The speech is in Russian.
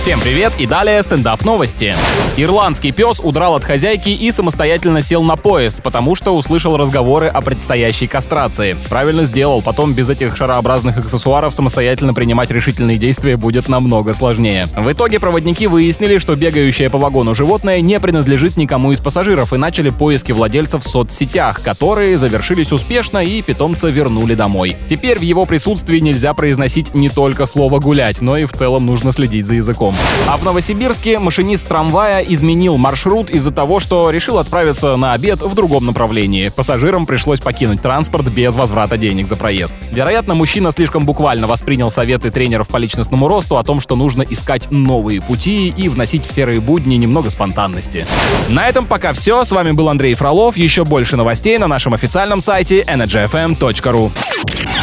Всем привет и далее стендап новости. Ирландский пес удрал от хозяйки и самостоятельно сел на поезд, потому что услышал разговоры о предстоящей кастрации. Правильно сделал, потом без этих шарообразных аксессуаров самостоятельно принимать решительные действия будет намного сложнее. В итоге проводники выяснили, что бегающее по вагону животное не принадлежит никому из пассажиров и начали поиски владельцев в соцсетях, которые завершились успешно и питомца вернули домой. Теперь в его присутствии нельзя произносить не только слово «гулять», но и в целом нужно следить за языком. А в Новосибирске машинист трамвая изменил маршрут из-за того, что решил отправиться на обед в другом направлении. Пассажирам пришлось покинуть транспорт без возврата денег за проезд. Вероятно, мужчина слишком буквально воспринял советы тренеров по личностному росту о том, что нужно искать новые пути и вносить в серые будни немного спонтанности. На этом пока все. С вами был Андрей Фролов. Еще больше новостей на нашем официальном сайте energyfm.ru.